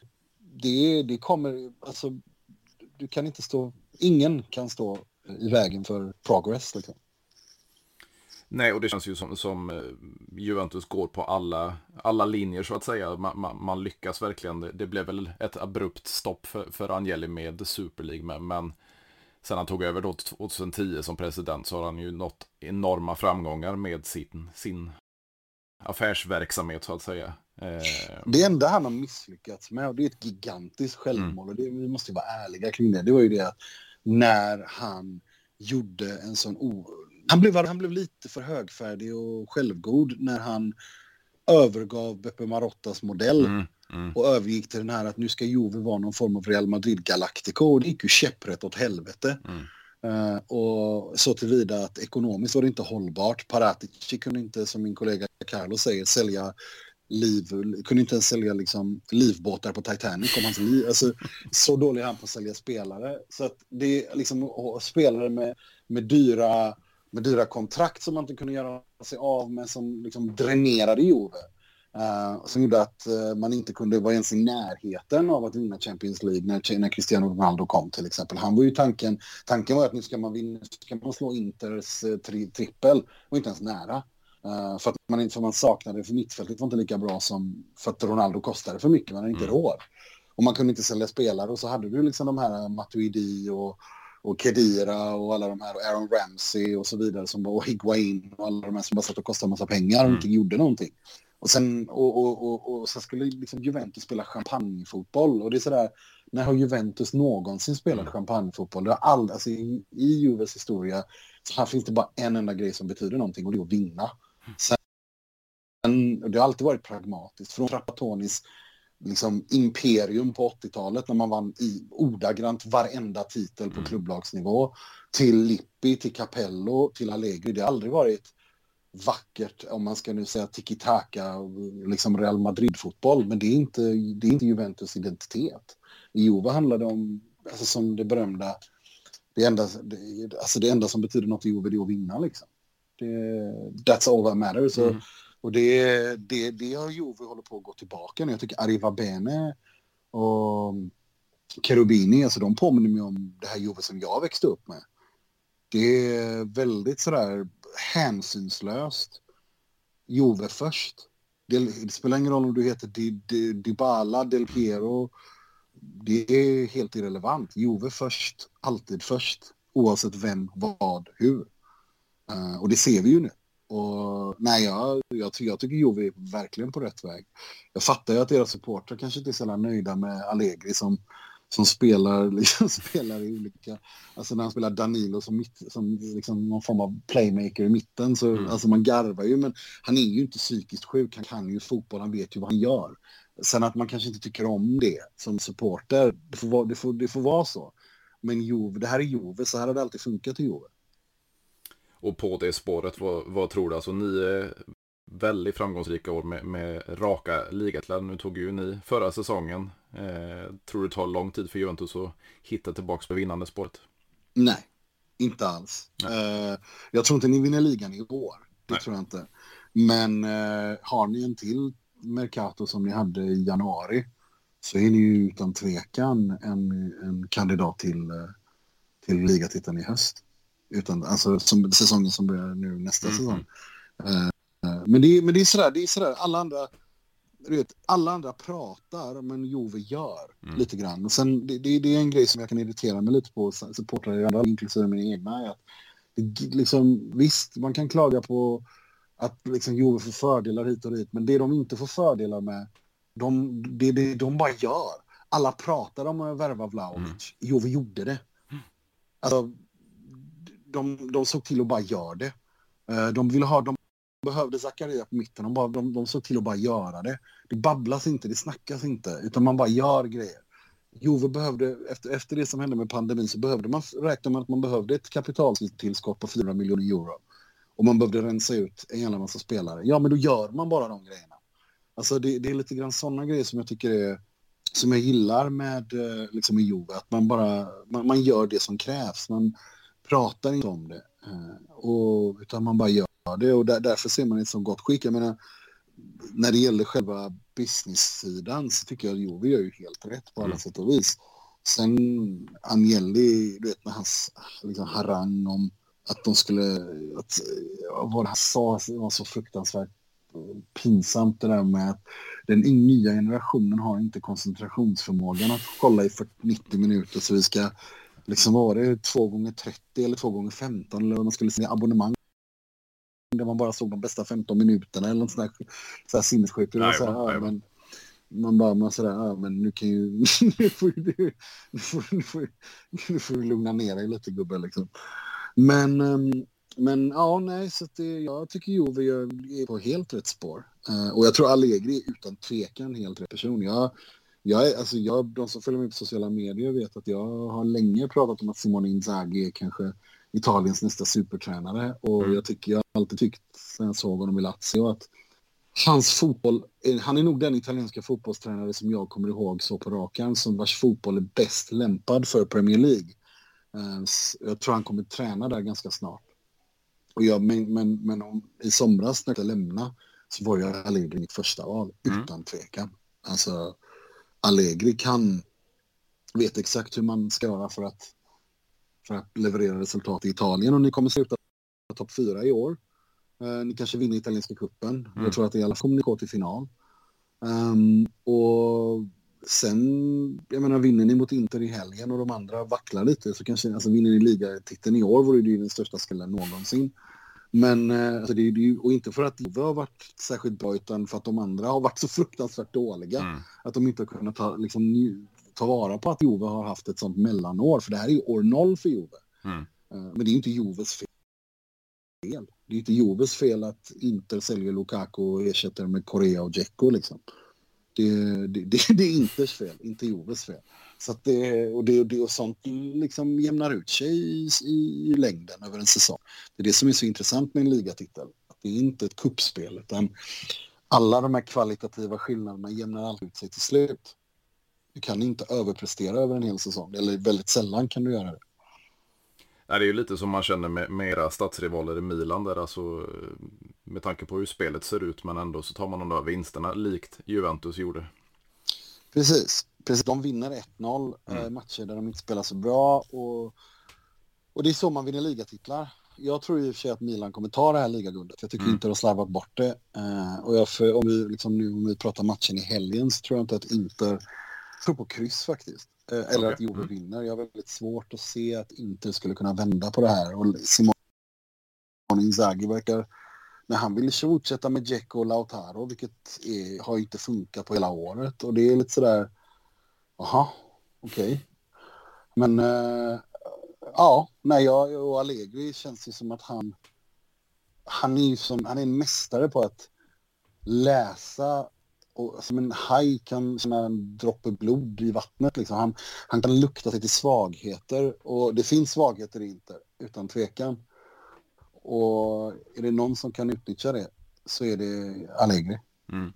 Det, det kommer, alltså, du kan inte stå, ingen kan stå i vägen för progress liksom. Nej, och det känns ju som, som Juventus går på alla, alla linjer så att säga. Man, man, man lyckas verkligen. Det, det blev väl ett abrupt stopp för, för Agnelli med Super League. Men, men sen han tog över då tjugohundratio som president så har han ju nått enorma framgångar med sin, sin affärsverksamhet så att säga. Eh... Det enda han har misslyckats med, och det är ett gigantiskt självmål. Mm. Och det, vi måste ju vara ärliga kring det. Det var ju det att när han gjorde en sån o... Han blev, han blev lite för högfärdig och självgod när han övergav Beppe Marottas modell mm. Mm. Och övergick till den här att nu ska Juve vara någon form av Real Madrid-galactico. Och det gick ju käpprätt åt helvete. Mm. Uh, och så tillvida att ekonomiskt var det inte hållbart. Paratici kunde inte, som min kollega Carlo säger, sälja liv, kunde inte ens sälja liksom livbåtar på Titanic om hans liv. Alltså, så dålig är han på att sälja spelare. Så att det är liksom spelare med, med dyra med dyra kontrakt som man inte kunde göra sig av med, som liksom dränerade Juve. Uh, som gjorde att uh, man inte kunde vara ens i närheten av att vinna Champions League när, när Cristiano Ronaldo kom till exempel. Han var ju tanken, tanken var att nu ska man vinna, ska man slå Inters uh, tri, trippel och inte ens nära. Uh, för att man inte, för man saknade, för mittfältet var inte lika bra som, för att Ronaldo kostade för mycket, man hade inte mm. råd. Och man kunde inte sälja spelare, och så hade du liksom de här Matuidi och och Kedira och alla de här, och Aaron Ramsey och så vidare, som var, och Higuain och alla de här som bara satt och kostade en massa pengar och mm. inte gjorde någonting. Och sen, och, och, och, och så skulle liksom Juventus spela champagnefotboll, och det är sådär, när har Juventus någonsin spelat mm. champagnefotboll? Det har all, alltså i, i Juves historia så här finns det bara en enda grej som betyder någonting, och det är att vinna. Sen, det har alltid varit pragmatiskt, från Trappatonis liksom imperium på åttiotalet när man vann i ordagrant varenda titel på mm. klubblagsnivå, till Lippi, till Capello, till Allegri. Det har aldrig varit vackert, om man ska nu säga tiki-taka, liksom Real Madrid-fotboll, men det är inte, det är inte Juventus identitet. I Juve handlar det om, alltså som det berömda, det enda, det, alltså det enda som betyder något i Juve, det är att vinna liksom. Det, that's all that matters. Mm. Och det, det, det har Juve håller på att gå tillbaka nu. Jag tycker Arriva Bene och Cherubini, alltså de påminner mig om det här Juve som jag växte upp med. Det är väldigt sådär hänsynslöst. Juve först. Det, det spelar ingen roll om du heter Di, Di, Dybala, Del Piero. Det är helt irrelevant. Juve först, alltid först. Oavsett vem, vad, hur. Uh, och det ser vi ju nu. Och nej, jag, jag, jag tycker Juve är verkligen på rätt väg. Jag fattar ju att deras supportrar kanske inte är så nöjda med Allegri som, som spelar liksom, spelar i olika, alltså när han spelar Danilo som, mitt, som liksom någon form av playmaker i mitten, så mm. alltså man garvar ju, men han är ju inte psykiskt sjuk, han kan ju fotboll, han vet ju vad han gör. Sen att man kanske inte tycker om det som supporter, det får vara, det får, det får vara så. Men Juve, det här är Juve, så här har det alltid funkat i Juve. Och på det spåret, vad, vad tror du? Alltså ni är väldigt framgångsrika år med, med raka ligatitlar. Nu tog ju ni förra säsongen. Eh, tror du det tar lång tid för Juventus att hitta tillbaka på vinnande spåret? Nej, inte alls. Eh, jag tror inte ni vinner ligan i år. Det Nej. tror jag inte. Men eh, har ni en till Mercato som ni hade i januari, så är ni ju utan tvekan en, en kandidat till, till ligatiteln i höst. Utan, alltså som säsongen som börjar nu nästa mm. säsong. Uh, men, det, men det är sådär, det är sådär, alla andra, du vet, alla andra pratar, men Juve gör mm. lite grann. Och sen, det, det, det är en grej som jag kan irritera mig lite på, supportrar i andra, inklusive mina egna, är att det, liksom, visst, man kan klaga på att liksom Juve får fördelar hit och dit, men det de inte får fördelar med, de, det, det de bara gör. Alla pratar om att värva Vlahovic. Mm. Juve gjorde det. Mm. Alltså, De, de såg till att bara göra det. De ville ha, de behövde Zakaria på mitten. De, bara, de, de såg till att bara göra det. Det babblas inte, det snackas inte. Utan man bara gör grejer. Juve behövde, efter, efter det som hände med pandemin, så behövde man räkna med att man behövde ett kapitaltillskott på fyra miljoner euro. Och man behövde rensa ut en jävla massa spelare. Ja, men då gör man bara de grejerna. Alltså det, det är lite grann sådana grejer som jag tycker är, som jag gillar med liksom i Juve. Att man bara, man, man gör det som krävs. Man pratar inte om det, och, utan man bara gör det, och där, därför ser man det som gott skick. Jag menar, när det gäller själva business-sidan så tycker jag att Juve gör ju helt rätt på alla mm. sätt och vis. Sen Agnelli, du vet, med hans liksom, harang om att de skulle, att, vad han sa var så fruktansvärt pinsamt, det där med att den nya generationen har inte koncentrationsförmågan att kolla i fyrtio nittio minuter, så vi ska liksom, var det två gånger trettio eller två gånger femton, eller vad man skulle säga, abonnemang där man bara såg de bästa femton minuterna eller något sånt där, så här sinnessjukt. Så här, ja, men man bara, man sådär, ja, men nu kan ju nu får du nu får, nu får, nu får du lugna ner dig lite, gubbe, liksom. Men, men ja, nej, så att det, jag tycker Juve är på helt rätt spår. Uh, och jag tror Allegri är utan tvekan helt rätt person. Jag, jag är, alltså jag, de som följer mig på sociala medier vet att jag har länge pratat om att Simone Inzaghi är kanske Italiens nästa supertränare. Och mm. jag tycker, jag har alltid tyckt sen jag såg honom i Lazio att hans fotboll, han är nog den italienska fotbollstränare som jag kommer ihåg så på rakan som vars fotboll är bäst lämpad för Premier League. Jag tror han kommer träna där ganska snart. Och jag, men men, men om, i somras när jag lämnade så var jag Allegri mitt första val, mm. utan tvekan. Alltså Allegri kan, vet exakt hur man ska göra för att, för att leverera resultat i Italien. Och ni kommer sluta topp fyra i år. Uh, ni kanske vinner italienska kuppen. Mm. Jag tror att i alla fall kommer ni gå till final. Um, och sen, jag menar, vinner ni mot Inter i helgen och de andra vacklar lite så kanske, alltså vinner ni ligatiteln i år vore det ju den största skallen någonsin. Men, uh, alltså det, det, och inte för att Juve har varit särskilt bra utan för att de andra har varit så fruktansvärt dåliga. Mm. Att de inte har kunnat ta, liksom, ta vara på att Juve har haft ett sånt mellanår. För det här är ju år noll för Juve. Mm. Uh, men det är ju inte Juves fel. Det är inte Juves fel att Inter säljer Lukaku och ersätter med Correa och Dzeko liksom. Det, det, det, det är Inters fel, inte Juves fel. Så att det, och, det, och, det, och sånt liksom jämnar ut sig i, i, i längden över en säsong. Det är det som är så intressant med en ligatitel. Att det är inte ett kuppspel utan alla de här kvalitativa skillnaderna jämnar alltid ut sig till slut. Du kan inte överprestera över en hel säsong. Eller väldigt sällan kan du göra det. Nej, det är ju lite som man känner med, med era stadsrivaler i Milan där, alltså med tanke på hur spelet ser ut, men ändå så tar man de där vinsterna likt Juventus gjorde. Precis, precis. De vinner ett noll mm. matcher där de inte spelar så bra och, och det är så man vinner ligatitlar. Jag tror i och för sig att Milan kommer ta det här ligaguldet. Jag tycker mm. inte de har slarvat bort det. Uh, och jag för, om, vi, liksom nu, om vi pratar matchen i helgen så tror jag inte att Inter tror på kryss faktiskt. Eller okay. att Juve mm. vinner. Jag har väldigt svårt att se att Inter skulle kunna vända på det här. Och Simone Inzaghi verkar, när han vill fortsätta med Dzeko och Lautaro, vilket är, har inte funkat på hela året. Och det är lite sådär, aha, okej. Okay. Men äh, ja, nej, jag och Allegri känns ju som att han han är ju som, han är en mästare på att läsa. Och som en haj kan känna en droppe blod i vattnet. Liksom. Han, han kan lukta sig till svagheter. Och det finns svagheter inte, utan tvekan. Och är det någon som kan utnyttja det så är det Allegri. Mm.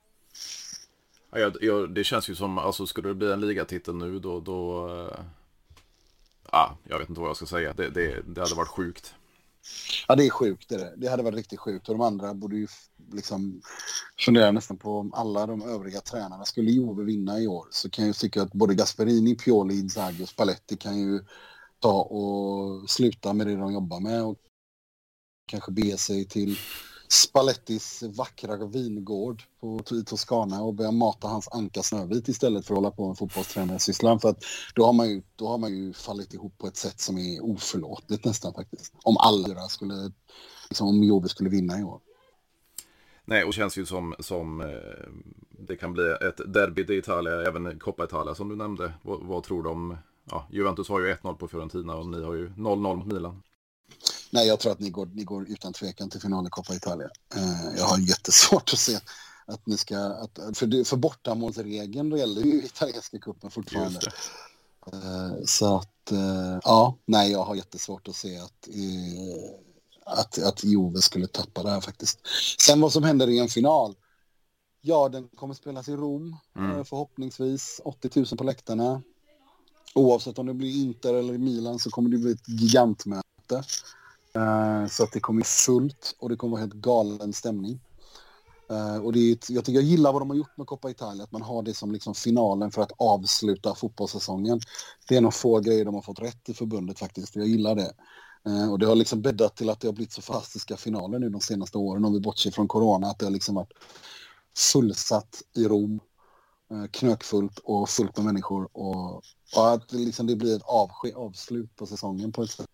Ja, jag, jag, det känns ju som, alltså skulle det bli en ligatitel nu då, då äh, ah, jag vet inte vad jag ska säga. Det, det, det hade varit sjukt. Ja, det är sjukt. Det, det hade varit riktigt sjukt. Och de andra borde ju liksom fundera nästan på om alla de övriga tränarna skulle Juve vinna i år. Så kan jag tycka att både Gasperini, Pioli, Inzaghi och Spalletti kan ju ta och sluta med det de jobbar med och kanske bege sig till Spallettis vackra vingård på Toscana och börja mata hans anka Snövit istället för att hålla på med fotbollstränarsysslan. För att då har man ju, då har man ju fallit ihop på ett sätt som är oförlåtligt nästan faktiskt. Om alla skulle, liksom om Juve skulle vinna i år. Nej, och känns ju som, som eh, det kan bli ett derby i Italien, även Coppa Italia som du nämnde. Vad, vad tror du om, ja, Juventus har ju ett noll på Fiorentina och ni har ju noll noll mot Milan. Nej, jag tror att ni går, ni går utan tvekan till final i Coppa Italia. Uh, jag har jättesvårt att se att ni ska... Att, för, det, för bortamålsregeln gäller ju italienska cupen fortfarande. Uh, så att... Uh, ja, nej, jag har jättesvårt att se att, uh, att, att Juve skulle tappa det här faktiskt. Sen vad som händer i en final. Ja, den kommer spelas i Rom. Mm. Uh, förhoppningsvis åttio tusen på läktarna. Oavsett om det blir Inter eller Milan så kommer det bli ett gigantmöte. Uh, så att det kommer fullt och det kommer vara helt galen stämning. Uh, och det är ett, jag tycker jag gillar vad de har gjort med Coppa Italia, att man har det som liksom finalen för att avsluta fotbollssäsongen. Det är nog få grejer de har fått rätt i förbundet faktiskt. Jag gillar det. Uh, och det har liksom bäddat till att det har blivit så fantastiska finaler nu de senaste åren om vi bortser från corona, att det har liksom varit fullsatt i Rom, uh, knökfullt och fullt med människor och, och att det, liksom, det blir ett avske, avslut på säsongen på ett sätt.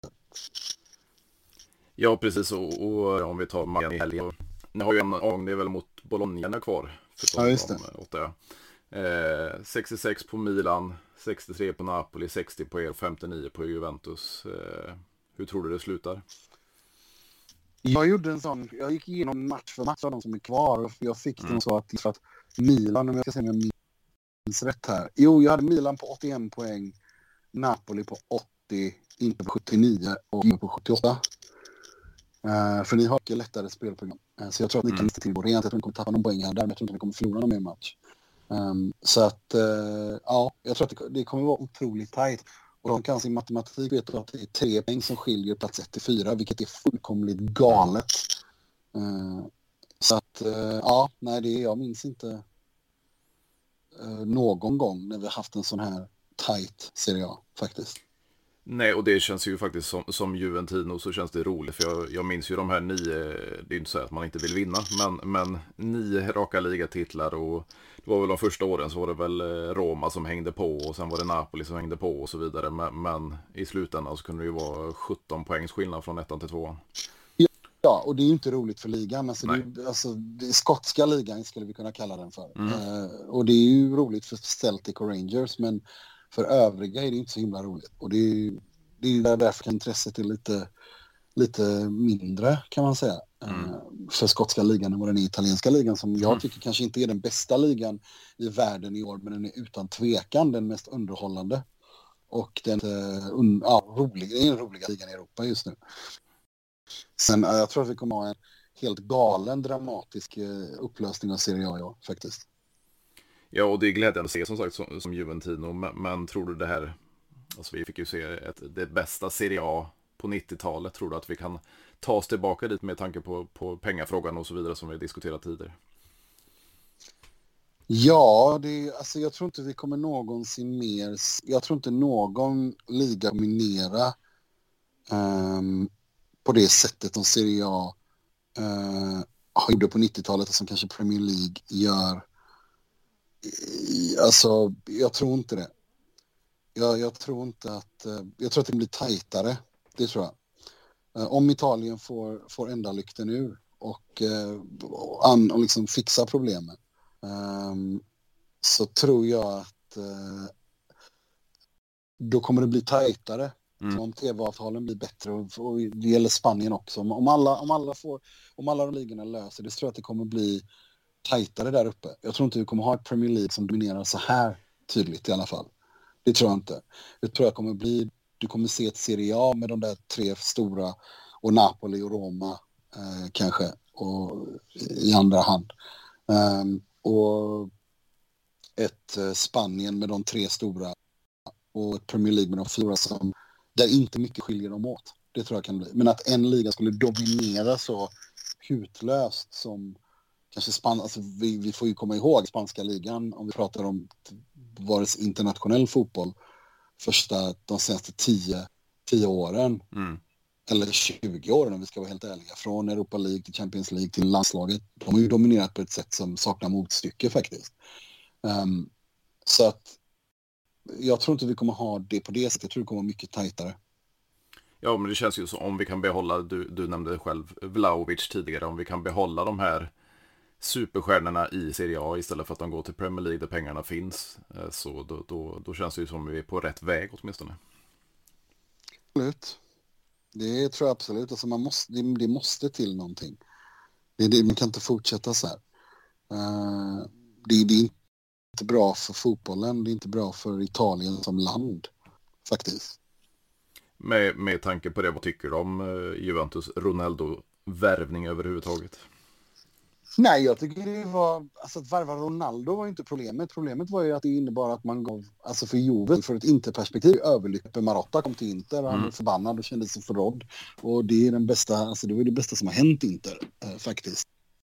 Ja, precis. Och, och om vi tar matchen i helgen. Ni har ju en gång, det är väl mot Bologna kvar. För ja, just det. De, åtta, eh, sextiosex på Milan, sextiotre på Napoli, sextio på er, femtionio på Juventus. Eh, hur tror du det slutar? Jag gjorde en sån, jag gick igenom match för match av de som är kvar och jag fick Mm. den så att, för att Milan, om jag ska säga om jag minns rätt här. Jo, jag hade Milan på åttioen poäng, Napoli på åttio, inte på sjuttionio och Juve på sjuttioåtta. Uh, för ni har mycket lättare spelprogram. Uh, så jag tror att ni Mm. kan lista till vår rent. Jag tror att ni kommer tappa någon poäng här. Därmed tror jag inte att ni kommer förlora någon mer match. Um, så att, uh, ja, jag tror att det, det kommer vara otroligt tajt. Och de kan sin matematik veta att det är tre poäng som skiljer plats ett till fyra, vilket är fullkomligt galet. Uh, så att, uh, ja, nej, det jag minns inte uh, någon gång när vi har haft en sån här tajt Serie A, faktiskt. Nej, och det känns ju faktiskt som, som Juventino så känns det roligt. För jag, jag minns ju de här nio, det är inte så att man inte vill vinna, men, men nio raka ligatitlar och det var väl de första åren så var det väl Roma som hängde på och sen var det Napoli som hängde på och så vidare. Men, men i slutändan så kunde det ju vara sjutton poängs skillnad från ettan till tvåan. Ja, och det är ju inte roligt för ligan. Alltså, det, alltså, det skotska ligan skulle vi kunna kalla den för. Mm. Uh, och det är ju roligt för Celtic och Rangers, men för övriga är det inte så himla roligt. Och det är ju det är därför kan intresset är lite, lite mindre, kan man säga. Mm. Uh, för skotska ligan än vad den är italienska ligan, som jag mm. tycker kanske inte är den bästa ligan i världen i år, men den är utan tvekan den mest underhållande. Och den uh, un, ja, roliga, det är den roliga ligan i Europa just nu. Sen uh, jag tror att vi kommer ha en helt galen, dramatisk uh, upplösning av Serie A, ja, faktiskt. Ja, och det är glädjande att se som sagt som, som Juventino, men, men tror du det här, alltså vi fick ju se ett, det bästa Serie A på nittiotalet, tror du att vi kan ta oss tillbaka dit med tanke på, på pengafrågan och så vidare som vi diskuterat tidigare? Ja, det, alltså jag tror inte vi kommer någonsin mer, jag tror inte någon liga minera um, på det sättet som Serie A uh, har gjort på nittiotalet och som kanske Premier League gör. Alltså, jag tror inte det. Jag, jag tror inte att... Jag tror att det blir tajtare. Det tror jag. Om Italien får, får ända lykten ur och, och, an, och liksom fixa problemen, um, så tror jag att uh, då kommer det bli tajtare. Mm. Om T V-avtalen blir bättre och, och det gäller Spanien också. Om alla, om alla, får, om alla de ligorna löser det, så tror jag att det kommer bli tajtare där uppe. Jag tror inte vi kommer ha ett Premier League som dominerar så här tydligt i alla fall. Det tror jag inte. Jag tror jag kommer bli, du kommer se ett Serie A med de där tre stora och Napoli och Roma eh, kanske och i andra hand. Um, och ett eh, Spanien med de tre stora och ett Premier League med de fyra som där inte mycket skiljer dem åt. Det tror jag kan bli. Men att en liga skulle dominera så hutlöst som kanske span, alltså vi, vi får ju komma ihåg spanska ligan om vi pratar om varis internationell fotboll första de senaste tio, tio åren mm. eller tjugo åren om vi ska vara helt ärliga, från Europa League till Champions League till landslaget. De har ju dominerat på ett sätt som saknar motstycke faktiskt. Um, så att jag tror inte vi kommer ha det på det sättet. Jag tror det kommer vara mycket tajtare. Ja, men det känns ju som om vi kan behålla, du, du nämnde själv Vlahovic tidigare, om vi kan behålla de här superstjärnorna i Serie A istället för att de går till Premier League där pengarna finns, så då, då, då känns det ju som vi är på rätt väg åtminstone. Absolut. Det tror jag absolut. Alltså man måste, det, det måste till någonting. Det, det, man kan inte fortsätta så här. Uh, det, det är inte bra för fotbollen. Det är inte bra för Italien som land, faktiskt. Med, med tanke på det, vad tycker du om uh, Juventus Ronaldo-värvning överhuvudtaget? Nej, jag tycker det var... Alltså att värva Ronaldo var inte problemet. Problemet var ju att det innebar att man gav... Alltså för Juve, för ett Interperspektiv, överlyppe. Marotta kom till Inter och han var förbannad och kände sig förrådd. Och det är den bästa... Alltså det var det bästa som har hänt Inter, äh, faktiskt.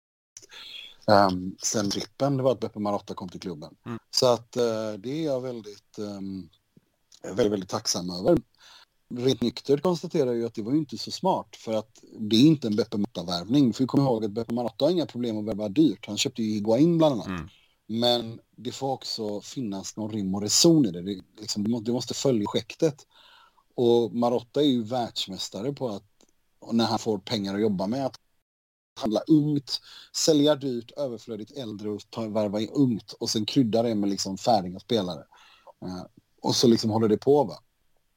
Um, sen Rippen, det var att Beppe Marotta kom till klubben. Mm. Så att uh, det är jag väldigt, um, väldigt, väldigt tacksam över. Rent nyktert konstaterar ju att det var ju inte så smart, för att det är inte en Beppe Marotta-värvning. För vi kommer ihåg att Beppe Marotta har inga problem att värva dyrt. Han köpte ju Higuain bland annat. Mm. Men det får också finnas någon rim och reson i det. Det, liksom, det, måste, det måste följa projektet. Och Marotta är ju världsmästare på att, när han får pengar att jobba med, att handla ungt, sälja dyrt, överflödigt äldre och ta, värva i ungt och sen krydda det med liksom färdiga spelare. Uh, och så liksom håller det på, va?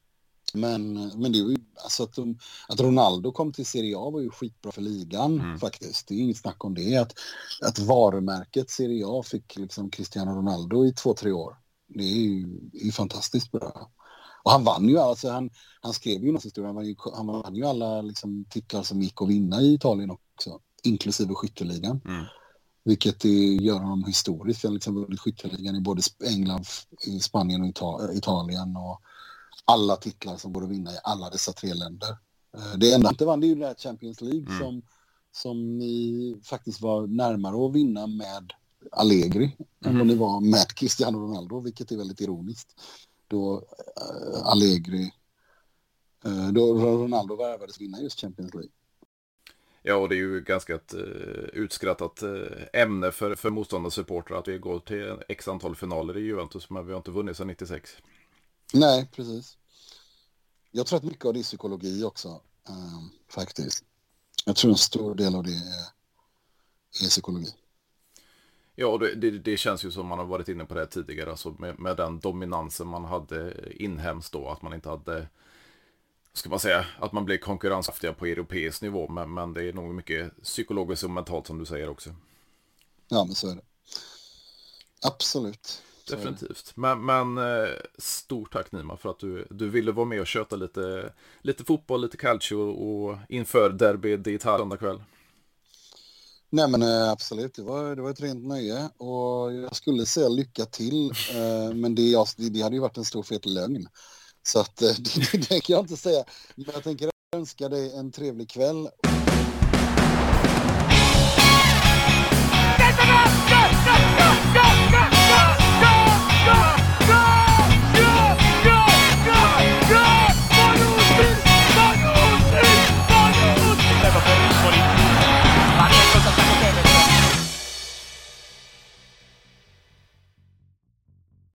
Men, men det var ju, alltså att, de, att Ronaldo kom till Serie A var ju skitbra för ligan Mm. faktiskt. Det är inget snack om det. Att, att varumärket Serie A fick liksom Cristiano Ronaldo i två, tre år. Det är ju, är ju fantastiskt bra. Och han vann ju, alltså han, han skrev ju något historia, han vann ju, han vann ju alla liksom, titlar som gick att vinna i Italien också, inklusive skytteligan. Mm. Vilket är, gör honom historiskt. Han har liksom vunnit skytteligan i både England, i Spanien och Ita- Italien och alla titlar som går att vinna i alla dessa tre länder. Det enda inte vann det är ju det här Champions League mm. som, som ni faktiskt var närmare att vinna med Allegri mm. än vad ni var med Cristiano Ronaldo, vilket är väldigt ironiskt. Då uh, Allegri uh, då Ronaldo värvades vinna just Champions League. Ja, och det är ju ganska ett uh, utskrattat uh, ämne för, för motståndarsupportrar att vi går till x antal finaler i Juventus, men vi har inte vunnit sedan nittiosex. Nej, precis. Jag tror att mycket av det är psykologi också, um, faktiskt. Jag tror en stor del av det är, är psykologi. Ja, det, det, det känns ju som man har varit inne på det tidigare, alltså med, med den dominansen man hade inhemskt då, att man inte hade, ska man säga, att man blir konkurrenskraftiga på europeisk nivå, men, men det är nog mycket psykologiskt och mentalt som du säger också. Ja, men så är det. Absolut. Definitivt. Men, men stort tack Nima för att du, du ville vara med och köta lite, lite fotboll, lite calcio och inför Derby d'Italia söndag kväll. Nej men absolut, det var, det var ett rent nöje och jag skulle säga lycka till, men det, det hade ju varit en stor fet lögn. Så att det, det, det kan jag inte säga. Men jag tänker önska dig en trevlig kväll. Go, go, go, go, go!